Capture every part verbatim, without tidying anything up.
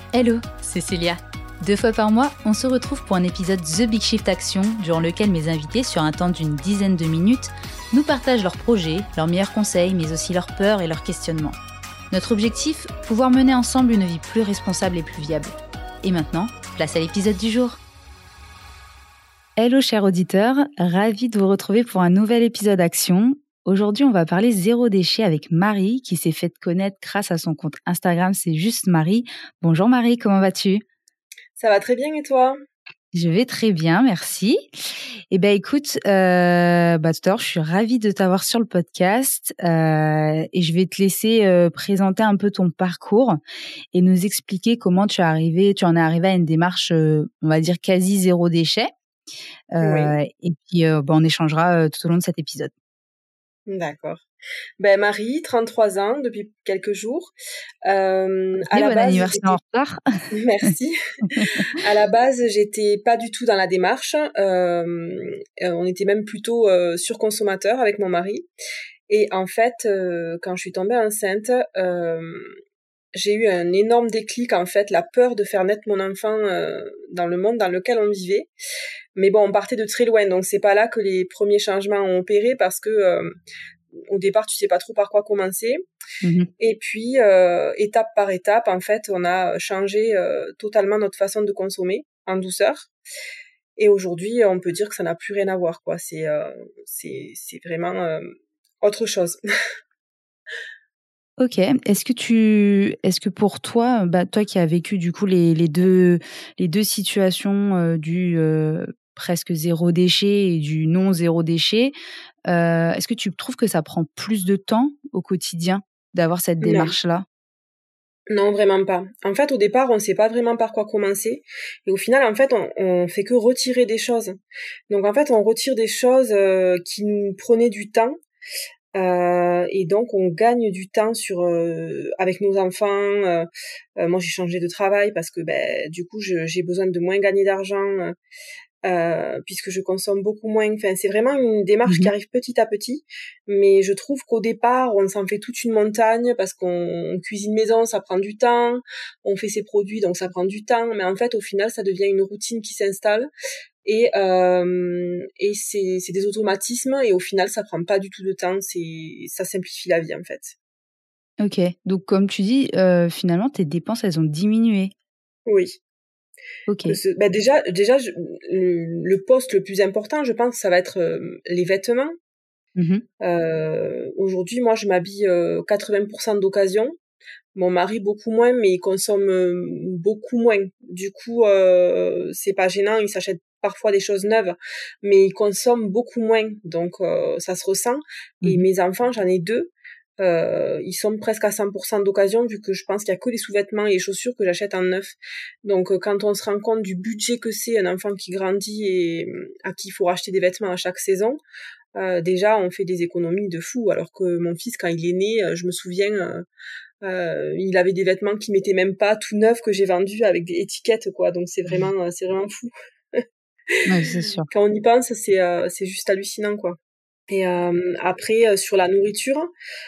Hello, c'est Célia. Deux fois par mois, on se retrouve pour un épisode The Big Shift Action, durant lequel mes invités, sur un temps d'une dizaine de minutes, nous partagent leurs projets, leurs meilleurs conseils, mais aussi leurs peurs et leurs questionnements. Notre objectif, pouvoir mener ensemble une vie plus responsable et plus viable. Et maintenant, place à l'épisode du jour. Hello chers auditeurs, ravi de vous retrouver pour un nouvel épisode Action. Aujourd'hui, on va parler zéro déchet avec Marie, qui s'est fait connaître grâce à son compte Instagram, c'est juste Marie. Bonjour Marie, comment vas-tu ? Ça va très bien et toi ? Je vais très bien, merci. Eh ben écoute, euh, bah, tout à l'heure, je suis ravie de t'avoir sur le podcast euh, et je vais te laisser euh, présenter un peu ton parcours et nous expliquer comment tu es arrivé, tu en es arrivé à une démarche, euh, on va dire quasi zéro déchet. Euh, Oui. Et puis, euh, bah, on échangera euh, tout au long de cet épisode. D'accord. Ben Marie, trente-trois ans depuis quelques jours. Euh, à Et la bon base, anniversaire j'étais... en retard. Merci. À la base, j'étais pas du tout dans la démarche. Euh, euh, on était même plutôt euh, surconsommateur avec mon mari. Et en fait, euh, quand je suis tombée enceinte, euh, j'ai eu un énorme déclic, en fait, la peur de faire naître mon enfant euh, dans le monde dans lequel on vivait. Mais bon, on partait de très loin, donc c'est pas là que les premiers changements ont opéré parce que euh, au départ, tu sais pas trop par quoi commencer. Mhm. Et puis, euh, étape par étape, en fait, on a changé euh, totalement notre façon de consommer en douceur. Et aujourd'hui, on peut dire que ça n'a plus rien à voir, quoi. C'est euh, c'est c'est vraiment euh, autre chose. Ok. Est-ce que tu, est-ce que pour toi, bah, toi qui as vécu du coup les, les deux, les deux situations euh, du euh, presque zéro déchet et du non zéro déchet, euh, est-ce que tu trouves que ça prend plus de temps au quotidien d'avoir cette Non. démarche-là ? Non, vraiment pas. En fait, au départ, on sait pas vraiment par quoi commencer. Et au final, en fait, on, on fait que retirer des choses. Donc, en fait, on retire des choses euh, qui nous prenaient du temps. Euh, et donc, on gagne du temps sur euh, avec nos enfants. Euh, euh, moi, j'ai changé de travail parce que, ben, du coup, je, j'ai besoin de moins gagner d'argent. euh, euh, puisque je consomme beaucoup moins. Enfin, c'est vraiment une démarche qui Mhm. arrive petit à petit, mais je trouve qu'au départ, on s'en fait toute une montagne parce qu'on on cuisine maison, ça prend du temps, on fait ses produits, donc ça prend du temps, mais en fait, au final, ça devient une routine qui s'installe et euh, et c'est c'est des automatismes et au final, ça prend pas du tout de temps, c'est ça simplifie la vie en fait. Ok. Donc comme tu dis, euh, finalement tes dépenses elles ont diminué. Oui. Ok. Que ce, bah déjà, déjà, je- le, le poste le plus important, je pense, ça va être euh, les vêtements. Mhm. Euh, aujourd'hui, moi, je m'habille euh, quatre-vingts pour cent d'occasion. Mon mari beaucoup moins, mais il consomme euh, beaucoup moins. Du coup, euh, c'est pas gênant. Il s'achète parfois des choses neuves, mais il consomme beaucoup moins. Donc, euh, ça se ressent. Et Mhm. mes enfants, j'en ai deux. Euh, ils sont presque à cent pour cent d'occasion, vu que je pense qu'il y a que des sous-vêtements et les chaussures que j'achète en neuf. Donc, euh, quand on se rend compte du budget que c'est un enfant qui grandit et euh, à qui il faut racheter des vêtements à chaque saison, euh, déjà on fait des économies de fou. Alors que mon fils, quand il est né, euh, je me souviens, euh, euh, il avait des vêtements qu'il mettait même pas tout neufs que j'ai vendus avec des étiquettes, quoi. Donc c'est vraiment, euh, c'est vraiment fou. Ouais, c'est sûr. Quand on y pense, c'est euh, c'est juste hallucinant, quoi. Et euh, après, euh, sur la nourriture,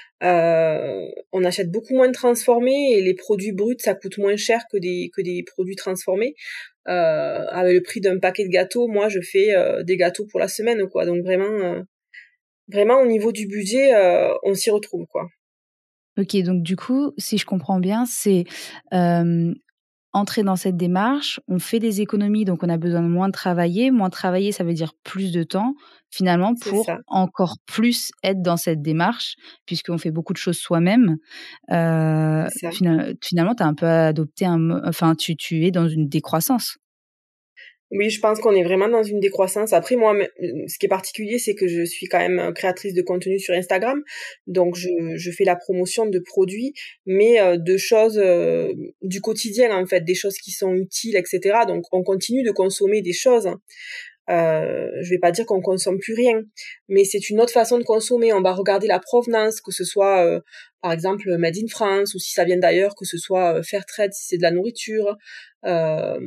euh, on achète beaucoup moins de transformés et les produits bruts, ça coûte moins cher que des que des produits transformés. Euh, avec le prix d'un paquet de gâteaux, moi, je fais euh, des gâteaux pour la semaine, quoi. Donc vraiment, euh, vraiment au niveau du budget, euh, on s'y retrouve, quoi. Ok, donc du coup, si je comprends bien, c'est euh, entrer dans cette démarche, on fait des économies, donc on a besoin de moins de travailler. Moins travailler, ça veut dire plus de temps, finalement, C'est pour ça. encore plus être dans cette démarche, puisqu'on fait beaucoup de choses soi-même. Euh, C'est ça. final- finalement, tu as un peu adopté un... mo- Enfin, tu, tu es dans une décroissance. Oui, je pense qu'on est vraiment dans une décroissance. Après, moi, me- ce qui est particulier, c'est que je suis quand même créatrice de contenu sur Instagram. Donc, je, je fais la promotion de produits, mais euh, de choses euh, du quotidien, en fait, des choses qui sont utiles, et cetera. Donc, on continue de consommer des choses. Euh, je vais pas dire qu'on consomme plus rien, mais c'est une autre façon de consommer. On va regarder la provenance, que ce soit, euh, par exemple, Made in France, ou si ça vient d'ailleurs, que ce soit euh, Fairtrade, si c'est de la nourriture. Euh,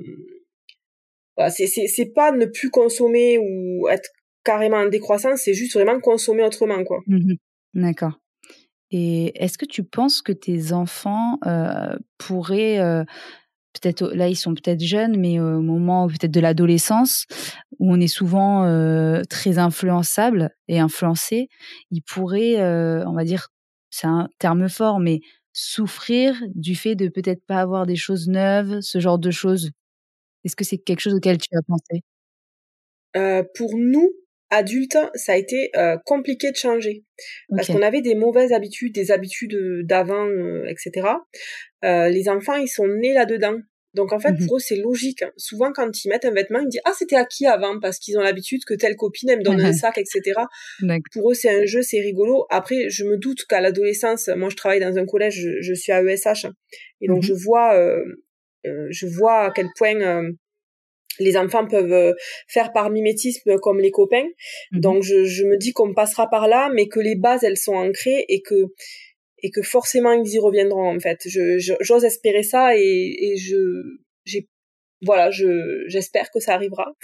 voilà, c'est, c'est, c'est pas ne plus consommer ou être carrément en décroissance, c'est juste vraiment consommer autrement, quoi. Mhm. D'accord. Et est-ce que tu penses que tes enfants euh, pourraient... euh, peut-être là ils sont peut-être jeunes, mais au moment peut-être de l'adolescence où on est souvent euh, très influençable et influencé, ils pourraient, euh, on va dire, c'est un terme fort, mais souffrir du fait de peut-être pas avoir des choses neuves, ce genre de choses. Est-ce que c'est quelque chose auquel tu as pensé? Euh, pour nous, adultes, ça a été euh, compliqué de changer. Parce Ok. qu'on avait des mauvaises habitudes, des habitudes d'avant, euh, et cetera. Euh, les enfants, ils sont nés là-dedans. Donc en fait, Mhm. pour eux, c'est logique. Souvent, quand ils mettent un vêtement, ils me disent « Ah, c'était à qui avant ?» Parce qu'ils ont l'habitude que telle copine, elle me donne un sac, et cetera. D'accord. Pour eux, c'est un jeu, c'est rigolo. Après, je me doute qu'à l'adolescence, moi, je travaille dans un collège, je, je suis à E S H. Et donc, Mhm. je vois, euh, euh, je vois à quel point... Euh, les enfants peuvent faire par mimétisme comme les copains. Mhm. Donc je, je me dis qu'on passera par là, mais que les bases elles sont ancrées et que et que forcément ils y reviendront en fait. Je, je j'ose espérer ça et, et je j'ai voilà je j'espère que ça arrivera.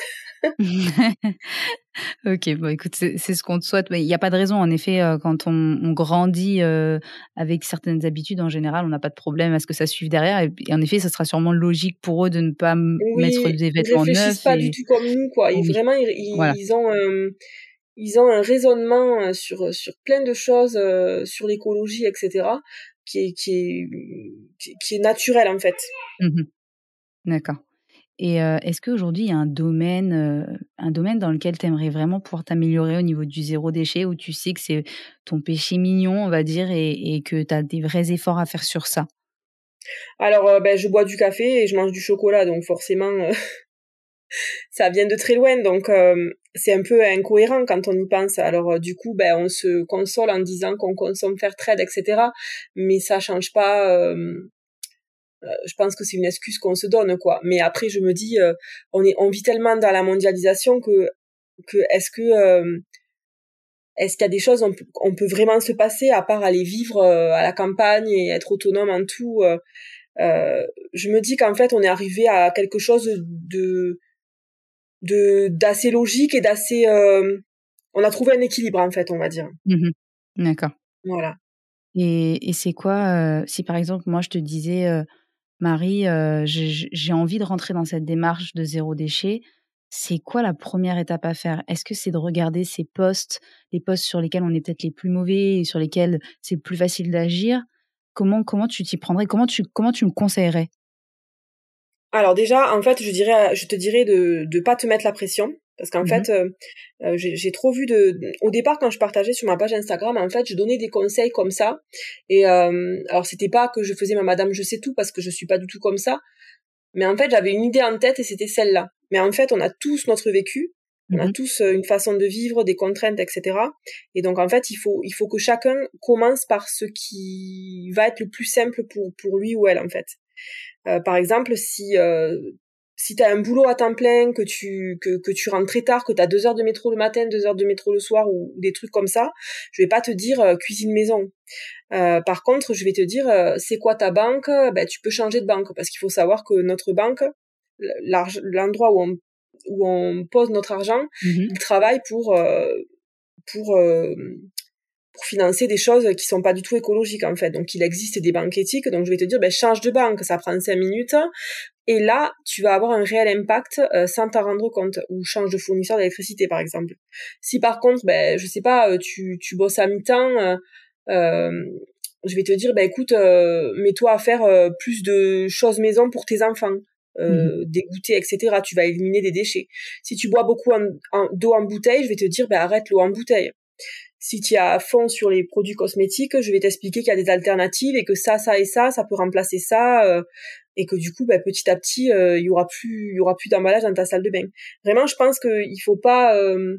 Ok, bon, écoute, c'est c'est ce qu'on te souhaite. Mais il n'y a pas de raison, en effet, euh, quand on, on grandit euh, avec certaines habitudes, en général, on n'a pas de problème à ce que ça suive derrière. Et, et en effet, ça sera sûrement logique pour eux de ne pas m- mettre Oui, des ils vêtements réfléchissent neufs. pas du Et tout comme nous quoi. Ils oui, vraiment ils, voilà. ils ont un, ils ont un raisonnement sur sur plein de choses, euh, sur l'écologie et cetera qui est qui est qui qui est naturel en fait. Mhm. D'accord. Et euh, est-ce qu'aujourd'hui, il y a un domaine, euh, un domaine dans lequel tu aimerais vraiment pouvoir t'améliorer au niveau du zéro déchet, où tu sais que c'est ton péché mignon, on va dire, et, et que tu as des vrais efforts à faire sur ça? Alors, euh, ben, je bois du café et je mange du chocolat, donc forcément, euh, ça vient de très loin, donc euh, c'est un peu incohérent quand on y pense. Alors, euh, du coup, ben, on se console en disant qu'on consomme Fairtrade, et cetera. Mais ça change pas. Euh, euh, je pense que c'est une excuse qu'on se donne, quoi. Mais après, je me dis, euh, on est, on vit tellement dans la mondialisation que, que est-ce que euh, est-ce qu'il y a des choses on, peut- on peut vraiment se passer à part aller vivre euh, à la campagne et être autonome en tout. euh, euh, je me dis qu'en fait, on est arrivé à quelque chose de de d'assez logique et d'assez euh, on a trouvé un équilibre en fait, on va dire. Mhm. D'accord. Voilà. Et et c'est quoi, heu, si par exemple moi je te disais, heu: «Marie, heu, j'ai j'ai j'ai envie de rentrer dans cette démarche de zéro déchet», c'est quoi la première étape à faire? Est-ce que c'est de regarder ces posts, les posts sur lesquels on est peut-être les plus mauvais et sur lesquels c'est le plus facile d'agir? Comment comment tu t'y prendrais? Comment tu comment tu me conseillerais? Alors déjà, en fait, je dirais, je te dirais de de pas te mettre la pression parce qu'en Mmh. fait, euh, euh, j'ai j'ai trop vu de. Au départ, quand je partageais sur ma page Instagram, en fait, je donnais des conseils comme ça. Et euh, alors, c'était pas que je faisais ma Madame je sais tout parce que je suis pas du tout comme ça. Mais en fait, j'avais une idée en tête et c'était celle-là. Mais en fait, on a tous notre vécu. On a Mmh. tous euh, une façon de vivre, des contraintes, et cetera. Et donc, en fait, il faut, il faut que chacun commence par ce qui va être le plus simple pour, pour lui ou elle, en fait. Euh, par exemple, si euh, si t'as un boulot à temps plein, que tu que que tu rentres très tard, que t'as deux heures de métro le matin, deux heures de métro le soir ou, ou des trucs comme ça, je vais pas te dire euh, cuisine maison. Euh, par contre, je vais te dire euh, c'est quoi ta banque. Ben tu peux changer de banque parce qu'il faut savoir que notre banque, l'endroit où on où on pose notre argent, Mmh. il travaille pour euh, pour euh, pour financer des choses qui sont pas du tout écologiques en fait. Donc il existe des banques éthiques, donc je vais te dire ben change de banque, ça prend cinq minutes et là tu vas avoir un réel impact euh, sans t'en rendre compte, ou change de fournisseur d'électricité par exemple. Si par contre ben je sais pas, tu tu bosses à mi-temps, euh, euh, je vais te dire ben écoute, euh, mets-toi à faire euh, plus de choses maison pour tes enfants. Mmh. Euh, des goûters, et cetera. Tu vas éliminer des déchets. Si tu bois beaucoup en, en, d'eau en bouteille, je vais te dire ben arrête l'eau en bouteille. Si tu es à fond sur les produits cosmétiques, je vais t'expliquer qu'il y a des alternatives et que ça, ça et ça, ça peut remplacer ça, euh, et que du coup, bah, petit à petit, euh, il y aura plus, il y aura plus d'emballage dans ta salle de bain. Vraiment, je pense que il faut pas. euh,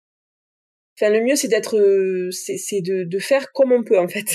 Enfin, le mieux, c'est d'être, euh, c'est, c'est de, de faire comme on peut en fait.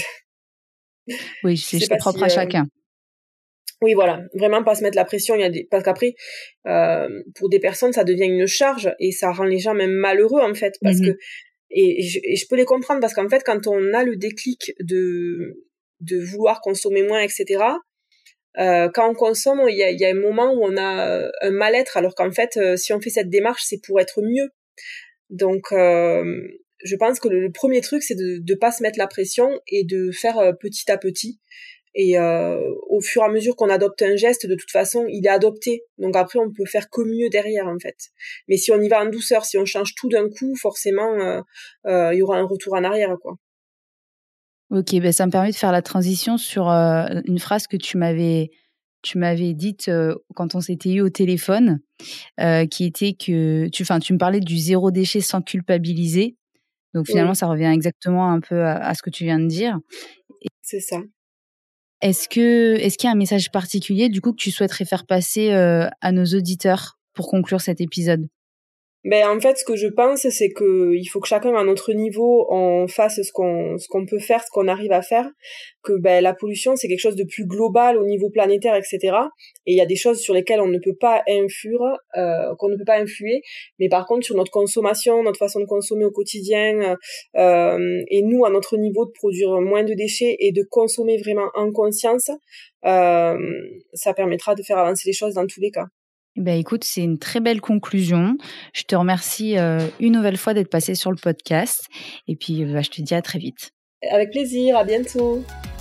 Oui, Je c'est sais c'est pas propre si. à euh, chacun. Oui, voilà, vraiment pas se mettre la pression. Il y a des, parce qu'après, euh, pour des personnes, ça devient une charge et ça rend les gens même malheureux en fait, parce que Mmh. Et je, et je peux les comprendre parce qu'en fait, quand on a le déclic de de vouloir consommer moins, et cetera. Euh, quand on consomme, il y a, il y a un moment où on a un mal-être, alors qu'en fait, euh, si on fait cette démarche, c'est pour être mieux. Donc, euh, je pense que le, le premier truc, c'est de ne pas se mettre la pression et de faire euh, petit à petit. Et euh, au fur et à mesure qu'on adopte un geste, de toute façon, il est adopté. Donc après, on peut faire que mieux derrière, en fait. Mais si on y va en douceur, si on change tout d'un coup, forcément, euh, euh, il y aura un retour en arrière, quoi. Ok, ben ça me permet de faire la transition sur euh, une phrase que tu m'avais, tu m'avais dite euh, quand on s'était eu au téléphone, euh, qui était que tu, enfin, tu me parlais du zéro déchet sans culpabiliser. Donc finalement, Oui, ça revient exactement un peu à, à ce que tu viens de dire. c'est ça. Est-ce que, est-ce qu'il y a un message particulier du coup que tu souhaiterais faire passer euh, à nos auditeurs pour conclure cet épisode? Ben en fait, ce que je pense, c'est que il faut que chacun à notre niveau on fasse ce qu'on ce qu'on peut faire, ce qu'on arrive à faire. Que ben la pollution c'est quelque chose de plus global au niveau planétaire, et cetera. Et il y a des choses sur lesquelles on ne peut pas influer, euh, qu'on ne peut pas influer. Mais par contre, sur notre consommation, notre façon de consommer au quotidien, euh, et nous à notre niveau de produire moins de déchets et de consommer vraiment en conscience, euh, ça permettra de faire avancer les choses dans tous les cas. Eh ben, écoute, c'est une très belle conclusion. Je te remercie euh, une nouvelle fois d'être passé sur le podcast. Et puis, euh, bah, je te dis à très vite. Avec plaisir, à bientôt.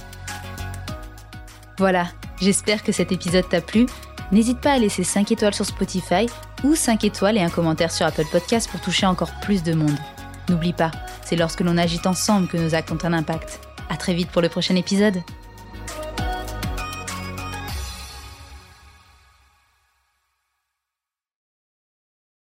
Voilà, j'espère que cet épisode t'a plu. N'hésite pas à laisser cinq étoiles sur Spotify ou cinq étoiles et un commentaire sur Apple Podcasts pour toucher encore plus de monde. N'oublie pas, c'est lorsque l'on agit ensemble que nos actes ont un impact. À très vite pour le prochain épisode.